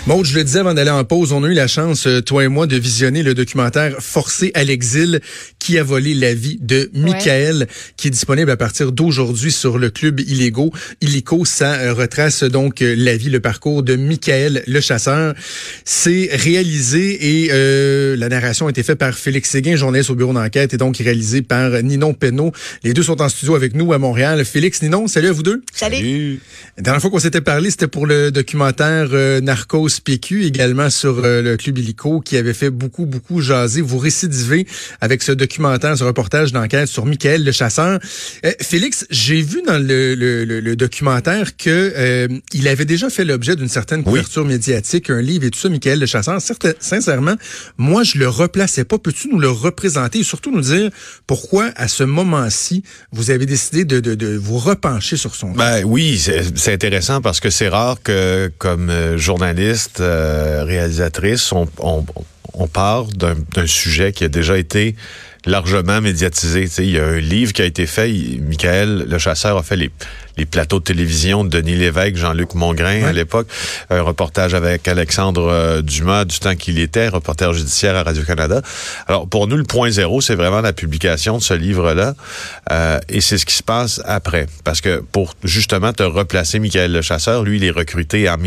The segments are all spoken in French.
Maud, je le disais avant d'aller en pause, on a eu la chance, toi et moi, de visionner le documentaire Forcé à l'exil, qui a volé la vie de Michael, qui est disponible à partir d'aujourd'hui sur le club illico. Ça retrace donc la vie, le parcours de Michael le chasseur. C'est réalisé et la narration a été faite par Félix Séguin, journaliste au bureau d'enquête, et donc réalisé par Ninon Penneau. Les deux sont en studio avec nous à Montréal. Félix, Ninon, salut à vous deux. Salut. La dernière fois qu'on s'était parlé, c'était pour le documentaire Narcos PQ, également sur le club illico, qui avait fait beaucoup jaser. Vous récidivez avec ce documentaire, ce reportage d'enquête sur Michael le chasseur. Félix, j'ai vu dans le documentaire que il avait déjà fait l'objet d'une certaine couverture médiatique, un livre et tout ça, Michael le chasseur. Sincèrement, moi, je le replaçais pas. Peux-tu nous le représenter et surtout nous dire pourquoi, à ce moment-ci, vous avez décidé de vous repencher sur son cas? Ben oui, c'est intéressant parce que c'est rare que, comme journaliste, réalisatrice, on part d'un sujet qui a déjà été largement médiatisé. T'sais, il y a un livre qui a été fait, Michael le chasseur a fait les plateaux de télévision de Denis Lévesque, Jean-Luc Mongrain à l'époque, un reportage avec Alexandre Dumas du temps qu'il était, reporter judiciaire à Radio-Canada. Alors pour nous, le point zéro, c'est vraiment la publication de ce livre-là, et c'est ce qui se passe après. Parce que pour justement te replacer Michael le chasseur, lui, il est recruté en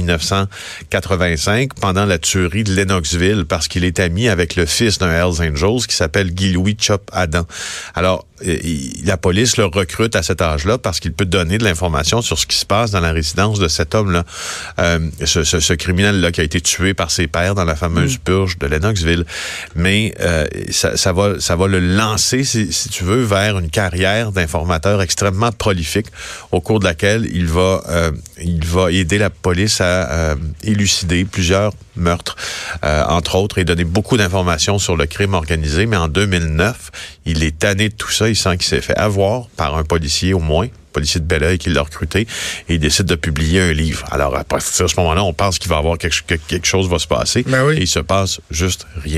1985 pendant la tuerie de Lennoxville parce qu'il est ami avec le fils d'un Hells Angels qui s'appelle Guy-Louis Chop Adam. Alors, la police le recrute à cet âge-là parce qu'il peut donner de l'information sur ce qui se passe dans la résidence de cet homme-là. Ce criminel-là qui a été tué par ses pairs dans la fameuse purge de Lennoxville. Mais ça va le lancer, si tu veux, vers une carrière d'informateur extrêmement prolifique au cours de laquelle il va aider la police à élucider plusieurs meurtres, entre autres, et donner beaucoup d'informations sur le crime organisé. Mais en 2009, il est tanné de tout ça. Il sent qu'il s'est fait avoir par un policier au moins, policier de Belleuil qui l'a recruté, et il décide de publier un livre. Alors, à partir de ce moment-là, on pense qu'il va y avoir quelque chose va se passer, et il se passe juste rien.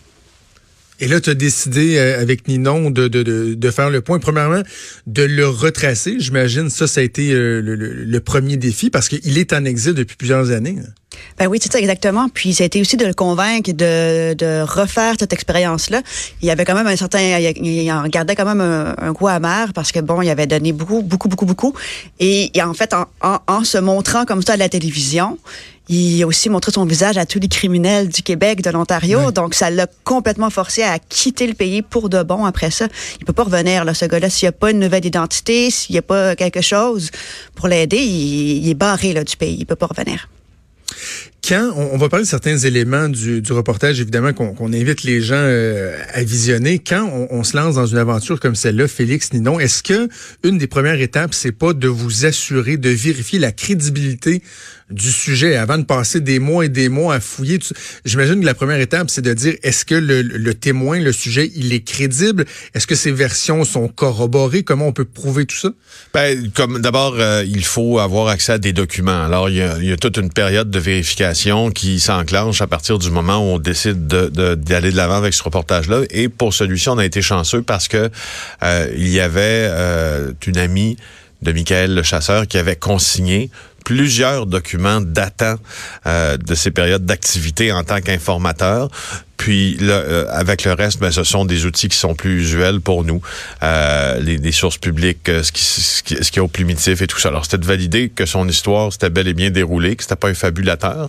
Et là, tu as décidé avec Ninon de faire le point. Premièrement, de le retracer. J'imagine ça a été le premier défi parce qu'il est en exil depuis plusieurs années. Ben oui, c'est ça exactement. Puis ça a été aussi de le convaincre de refaire cette expérience-là. Il y avait quand même il en gardait quand même un goût amer parce que bon, il avait donné beaucoup. Et en fait, en se montrant comme ça à la télévision, il a aussi montré son visage à tous les criminels du Québec, de l'Ontario. Oui. Donc, ça l'a complètement forcé à quitter le pays pour de bon après ça. Il peut pas revenir, là, ce gars-là. S'il n'y a pas une nouvelle identité, s'il n'y a pas quelque chose pour l'aider, il est barré là, du pays. Il peut pas revenir. Quand on va parler de certains éléments du reportage, évidemment, qu'on invite les gens à visionner. Quand on se lance dans une aventure comme celle-là, Félix, Ninon, est-ce que une des premières étapes, c'est pas de vous assurer, de vérifier la crédibilité du sujet avant de passer des mois et des mois à fouiller? J'imagine que la première étape, c'est de dire, est-ce que le témoin, le sujet, il est crédible? Est-ce que ses versions sont corroborées? Comment on peut prouver tout ça? Ben, d'abord, il faut avoir accès à des documents. Alors, il y a toute une période de vérification qui s'enclenche à partir du moment où on décide d'aller de l'avant avec ce reportage-là. Et pour celui-ci, on a été chanceux parce que il y avait une amie de Michael le chasseur qui avait consigné plusieurs documents datant de ces périodes d'activité en tant qu'informateur. Puis là, avec le reste, ben, ce sont des outils qui sont plus usuels pour nous, les sources publiques, ce qui est au plumitif et tout ça. Alors, c'était de valider que son histoire s'était bel et bien déroulée, que c'était pas un fabulateur.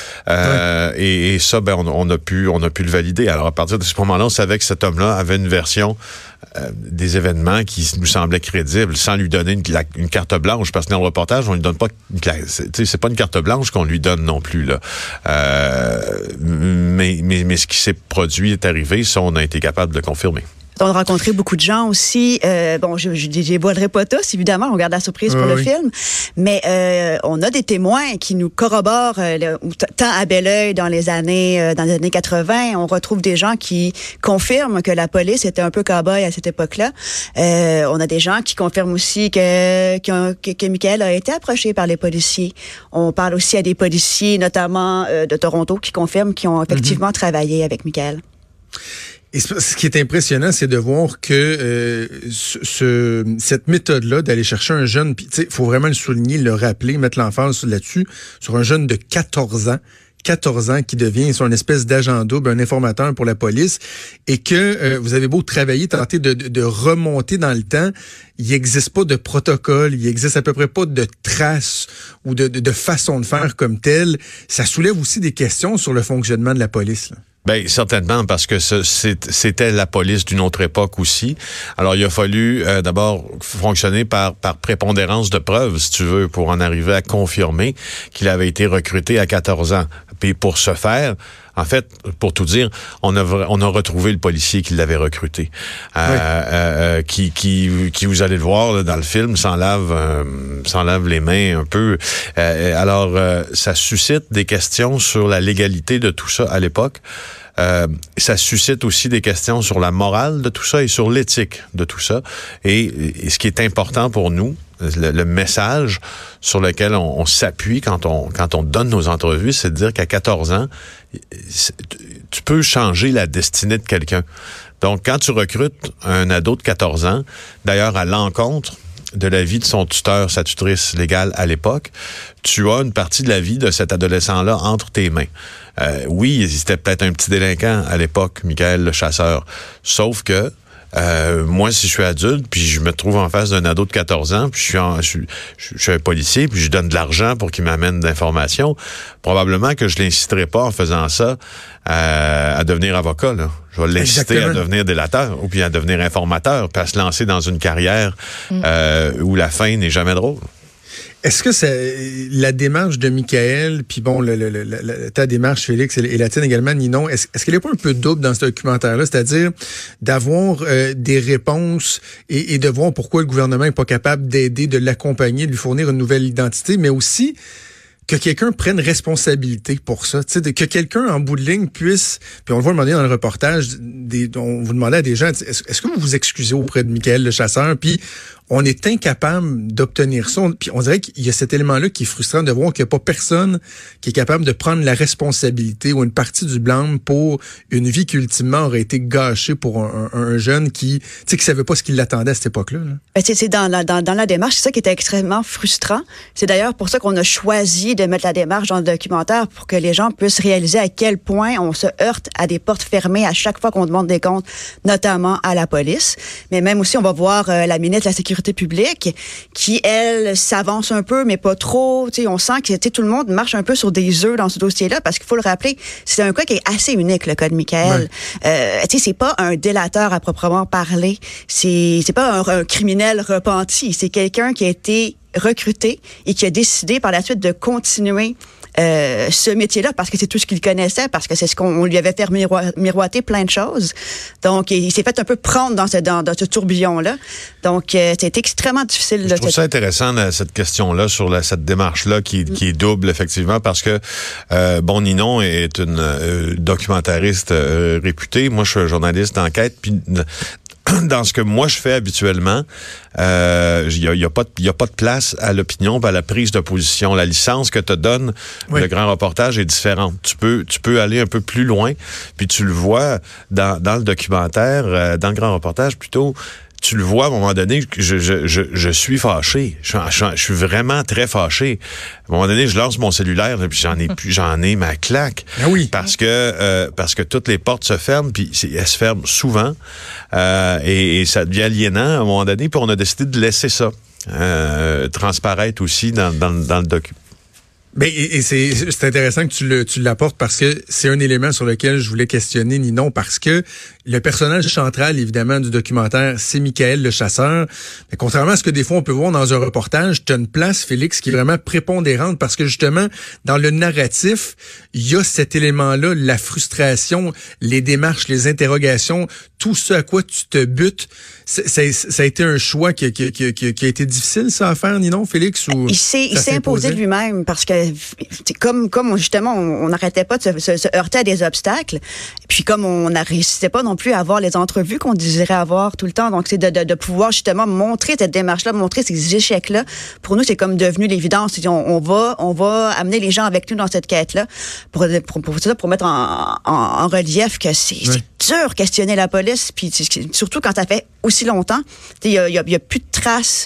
Et ça, ben, on a pu le valider. Alors, à partir de ce moment-là, on savait que cet homme-là avait une version des événements qui nous semblait crédible, sans lui donner une carte blanche, parce que dans le reportage, on lui donne pas c'est pas une carte blanche qu'on lui donne non plus là. Mais ce qui s'est produit est arrivé, ça on a été capable de le confirmer. On a rencontré beaucoup de gens aussi. Bon, je dévoilerai pas tous, évidemment. On garde la surprise pour le film. Mais on a des témoins qui nous corroborent tant à Belleuil dans les années 80. On retrouve des gens qui confirment que la police était un peu cow-boy à cette époque-là. On a des gens qui confirment aussi que Michael a été approché par les policiers. On parle aussi à des policiers, notamment de Toronto, qui confirment qu'ils ont effectivement travaillé avec Michael. Et ce qui est impressionnant, c'est de voir que cette méthode-là d'aller chercher un jeune, puis il faut vraiment le souligner, le rappeler, mettre l'emphase là-dessus, sur un jeune de 14 ans 14 ans qui devient une espèce d'agent double, un informateur pour la police, et que vous avez beau travailler, tenter de remonter dans le temps, il n'existe pas de protocole, il n'existe à peu près pas de traces ou de façon de faire comme telle. Ça soulève aussi des questions sur le fonctionnement de la police, là. Ben certainement, parce que c'était la police d'une autre époque aussi. Alors il a fallu d'abord fonctionner par prépondérance de preuves, si tu veux, pour en arriver à confirmer qu'il avait été recruté à 14 ans. Puis pour ce faire, en fait, pour tout dire, on a retrouvé le policier qui l'avait recruté, qui vous allez le voir là, dans le film, s'enlave les mains un peu. Alors ça suscite des questions sur la légalité de tout ça à l'époque. Ça suscite aussi des questions sur la morale de tout ça et sur l'éthique de tout ça. Et ce qui est important pour nous, le message sur lequel on s'appuie quand on donne nos entrevues, c'est de dire qu'à 14 ans, tu peux changer la destinée de quelqu'un. Donc, quand tu recrutes un ado de 14 ans, d'ailleurs à l'encontre de la vie de son tuteur, sa tutrice légale à l'époque, tu as une partie de la vie de cet adolescent-là entre tes mains. Oui, c'était peut-être un petit délinquant à l'époque, Michael le chasseur, sauf que moi, si je suis adulte, puis je me trouve en face d'un ado de 14 ans, puis je suis un policier, puis je donne de l'argent pour qu'il m'amène d'informations, probablement que je l'inciterai pas en faisant ça à devenir avocat, là. Je vais l'inciter à devenir délateur ou bien à devenir informateur, puis à se lancer dans une carrière où la fin n'est jamais drôle. Est-ce que la démarche de Michael, puis bon, ta démarche, Félix, et la tienne également, Ninon, est-ce qu'elle n'est pas un peu double dans ce documentaire-là? C'est-à-dire d'avoir des réponses et de voir pourquoi le gouvernement n'est pas capable d'aider, de l'accompagner, de lui fournir une nouvelle identité, mais aussi que quelqu'un prenne responsabilité pour ça, tu sais, que quelqu'un en bout de ligne puisse, puis on le voit demander dans le reportage, on vous demandait à des gens, est-ce que vous vous excusez auprès de Michael le chasseur, puis on est incapable d'obtenir ça. Puis on dirait qu'il y a cet élément-là qui est frustrant de voir qu'il n'y a pas personne qui est capable de prendre la responsabilité ou une partie du blâme pour une vie qui ultimement aurait été gâchée pour un jeune qui savait pas ce qui l'attendait à cette époque-là. Là. C'est dans la démarche, c'est ça qui était extrêmement frustrant. C'est d'ailleurs pour ça qu'on a choisi de mettre la démarche dans le documentaire pour que les gens puissent réaliser à quel point on se heurte à des portes fermées à chaque fois qu'on demande des comptes, notamment à la police. Mais même aussi, on va voir la ministre de la Sécurité publique qui, elle, s'avance un peu, mais pas trop. T'sais, on sent que tout le monde marche un peu sur des œufs dans ce dossier-là, parce qu'il faut le rappeler, c'est un cas qui est assez unique, le cas de Michael. Ouais. C'est pas un délateur à proprement parler. C'est pas un criminel repenti. C'est quelqu'un qui a été recruté et qui a décidé par la suite de continuer ce métier-là parce que c'est tout ce qu'il connaissait, parce que c'est ce qu'on lui avait fait miroiter plein de choses. Donc, il s'est fait un peu prendre dans ce tourbillon-là. Donc, c'était extrêmement difficile. Je trouve ça intéressant, cette question-là, sur cette démarche-là qui est double, effectivement, parce que, Ninon est une documentariste réputée. Moi, je suis un journaliste d'enquête, puis dans ce que moi je fais habituellement, il y a pas de place à l'opinion, à la prise de position. La licence que te donne le grand reportage est différente. Tu peux aller un peu plus loin, puis tu le vois dans le documentaire, dans le grand reportage plutôt. Tu le vois à un moment donné, je suis fâché. Je suis vraiment très fâché. À un moment donné, je lance mon cellulaire, puis j'en ai ma claque. Ah oui. Parce que toutes les portes se ferment, puis elles se ferment souvent, et ça devient aliénant à un moment donné, puis on a décidé de laisser ça transparaître aussi dans le document. Ben, et c'est intéressant que tu l'apportes parce que c'est un élément sur lequel je voulais questionner Ninon, parce que le personnage central, évidemment, du documentaire, c'est Michael le chasseur. Mais contrairement à ce que des fois on peut voir dans un reportage, tu as une place, Félix, qui est vraiment prépondérante parce que justement, dans le narratif, il y a cet élément-là, la frustration, les démarches, les interrogations, tout ce à quoi tu te butes. Ça a été un choix qui a été difficile, ça, à faire, Ninon, Félix? Ou il s'est imposé lui-même parce que comme justement, on n'arrêtait pas de se heurter à des obstacles, puis comme on ne réussissait pas non plus à avoir les entrevues qu'on désirait avoir tout le temps, donc c'est de pouvoir justement montrer cette démarche-là, montrer ces échecs-là. Pour nous, c'est comme devenu l'évidence. On va amener les gens avec nous dans cette quête-là pour mettre en relief que c'est dur questionner la police, puis surtout quand ça fait aussi longtemps. Il y a plus de traces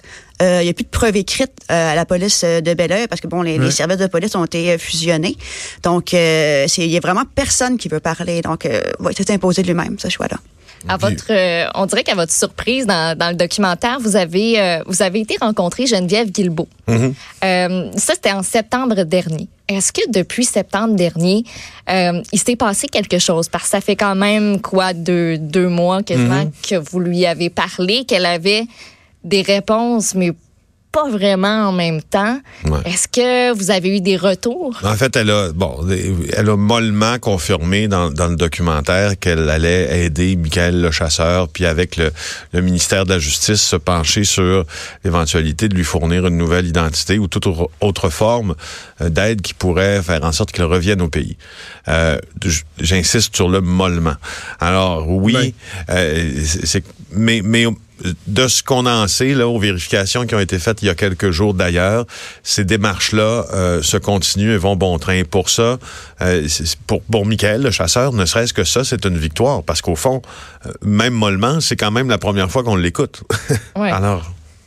Il n'y a plus de preuves écrites à la police de Belleuil parce que les services de police ont été fusionnés. Donc, il y a vraiment personne qui veut parler. Donc, c'est imposé de lui-même, ce choix-là. On dirait qu'à votre surprise, dans le documentaire, vous avez été rencontrer Geneviève Guilbeault. Mm-hmm. Ça, c'était en septembre dernier. Est-ce que depuis septembre dernier, il s'est passé quelque chose? Parce que ça fait quand même, deux mois quasiment que vous lui avez parlé, qu'elle avait des réponses, mais pas vraiment en même temps. Ouais. Est-ce que vous avez eu des retours? En fait, elle a mollement confirmé dans le documentaire qu'elle allait aider Michael Lechasseur, puis avec le ministère de la Justice se pencher sur l'éventualité de lui fournir une nouvelle identité ou toute autre forme d'aide qui pourrait faire en sorte qu'il revienne au pays. J'insiste sur le mollement. Alors oui, mais de ce qu'on en sait, là, aux vérifications qui ont été faites il y a quelques jours d'ailleurs, ces démarches-là se continuent et vont bon train. Pour ça, pour Michael Lechasseur, ne serait-ce que ça, c'est une victoire. Parce qu'au fond, même mollement, c'est quand même la première fois qu'on l'écoute. Ouais. Alors...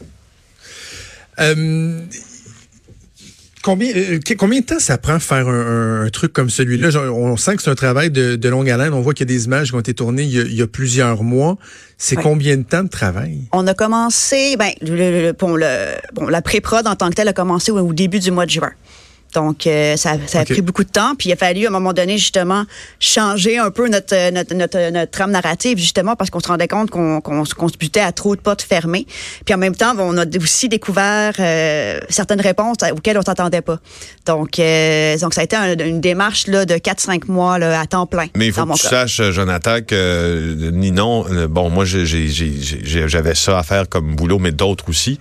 Combien de temps ça prend faire un truc comme celui-là? On sent que c'est un travail de longue haleine. On voit qu'il y a des images qui ont été tournées il y a plusieurs mois. C'est combien de temps de travail? On a commencé, la pré-prod en tant que telle a commencé au début du mois de juin. Donc, ça a pris beaucoup de temps. Puis, il a fallu, à un moment donné, justement, changer un peu notre trame narrative, justement, parce qu'on se rendait compte qu'on se butait à trop de portes fermées. Puis, en même temps, on a aussi découvert certaines réponses auxquelles on s'attendait pas. Donc, ça a été une démarche là, de 4-5 mois là, à temps plein. Mais il faut que tu saches, Jonathan, que Ninon, moi, j'avais ça à faire comme boulot, mais d'autres aussi.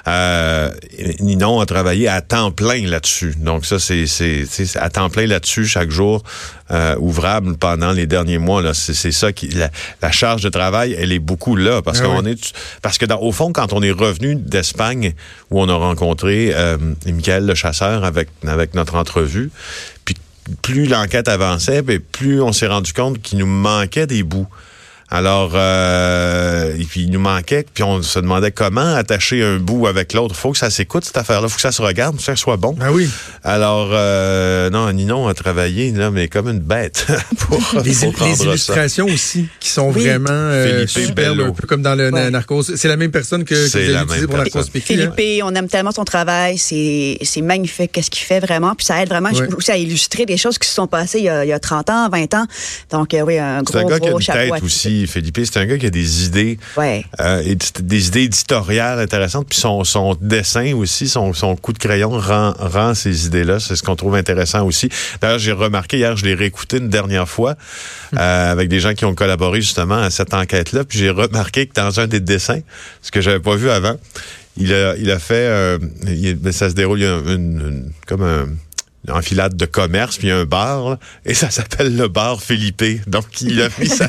Ninon a travaillé à temps plein là-dessus. Donc ça, c'est à temps plein là-dessus chaque jour, ouvrable pendant les derniers mois. Là, c'est ça qui la charge de travail, elle est beaucoup là parce au fond, quand on est revenu d'Espagne où on a rencontré Michael Lechasseur avec notre entrevue, puis plus l'enquête avançait, plus on s'est rendu compte qu'il nous manquait des bouts. Alors, et puis il nous manquait, puis on se demandait comment attacher un bout avec l'autre. Faut que ça s'écoute, cette affaire-là. Faut que ça se regarde, faut que ça soit bon. Ah oui. Alors, Ninon a travaillé, là, mais comme une bête pour les illustrations ça. Aussi, qui sont vraiment superbes, un peu comme dans le Narcos. C'est la même personne que vous avez utilisé pour Narcos Pécu. Philippe, on aime tellement son travail. C'est magnifique, qu'est-ce qu'il fait vraiment. Puis ça aide vraiment aussi à illustrer des choses qui se sont passées il y a 30 ans, 20 ans. Donc, un gros chapeau aussi. Philippe, c'est un gars qui a des idées, des idées éditoriales intéressantes, puis son dessin aussi, son coup de crayon rend ces idées-là. C'est ce qu'on trouve intéressant aussi. D'ailleurs, j'ai remarqué hier, je l'ai réécouté une dernière fois avec des gens qui ont collaboré justement à cette enquête-là, puis j'ai remarqué que dans un des dessins, ce que j'avais pas vu avant, il a fait, ça se déroule, il y a comme un enfilade de commerce, puis un bar, là, et ça s'appelle le bar Philippe. Donc, il a mis ça.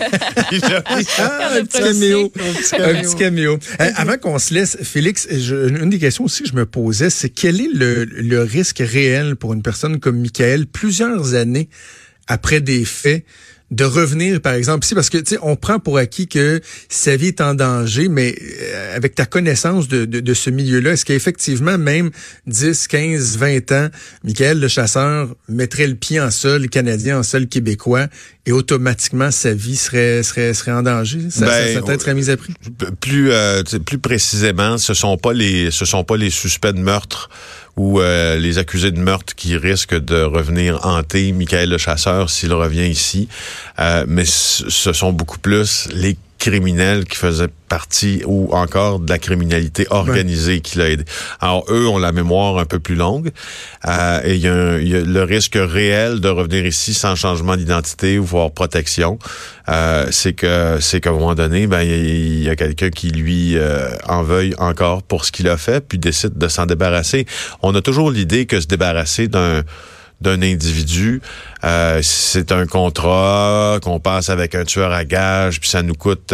Un petit caméo. Avant qu'on se laisse, Félix, une des questions aussi que je me posais, c'est quel est le risque réel pour une personne comme Michael, plusieurs années après des faits, de revenir, par exemple, ici, parce que, tu sais, on prend pour acquis que sa vie est en danger, mais avec ta connaissance de ce milieu-là, est-ce qu'effectivement, même 10, 15, 20 ans, Michael Lechasseur mettrait le pied en sol canadien, en sol québécois, et automatiquement, sa vie serait en danger? Sa tête serait mise à prix? Plus précisément, ce sont pas les suspects de meurtre ou les accusés de meurtre qui risquent de revenir hanter Michael Lechasseur s'il revient ici. Mais ce sont beaucoup plus les criminels qui faisaient partie ou encore de la criminalité organisée qui l'a aidé. Alors, eux ont la mémoire un peu plus longue et il y a le risque réel de revenir ici sans changement d'identité ou voire protection. C'est qu'à un moment donné, il y a quelqu'un qui lui en veuille encore pour ce qu'il a fait puis décide de s'en débarrasser. On a toujours l'idée que se débarrasser d'un individu, c'est un contrat qu'on passe avec un tueur à gages, puis ça nous coûte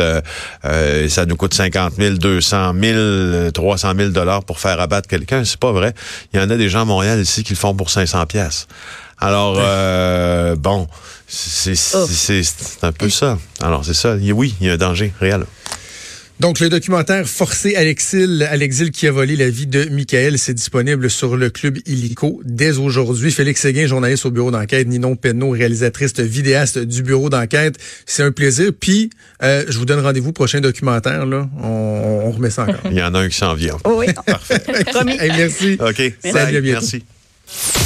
50 000, 200 000, 300 000 $ pour faire abattre quelqu'un. C'est pas vrai. Il y en a des gens à Montréal ici qui le font pour 500 pièces. Alors, c'est un peu ça. Alors, c'est ça. Oui, il y a un danger réel. Donc, le documentaire Forcé à l'exil qui a volé la vie de Michael, c'est disponible sur le Club Illico dès aujourd'hui. Félix Séguin, journaliste au bureau d'enquête, Ninon Penneau, réalisatrice vidéaste du bureau d'enquête. C'est un plaisir. Puis, je vous donne rendez-vous prochain documentaire. Là, on remet ça encore. Il y en a un qui s'en vient. Oui, Parfait. promis. Hey, merci. OK. Salut, à bientôt. Merci.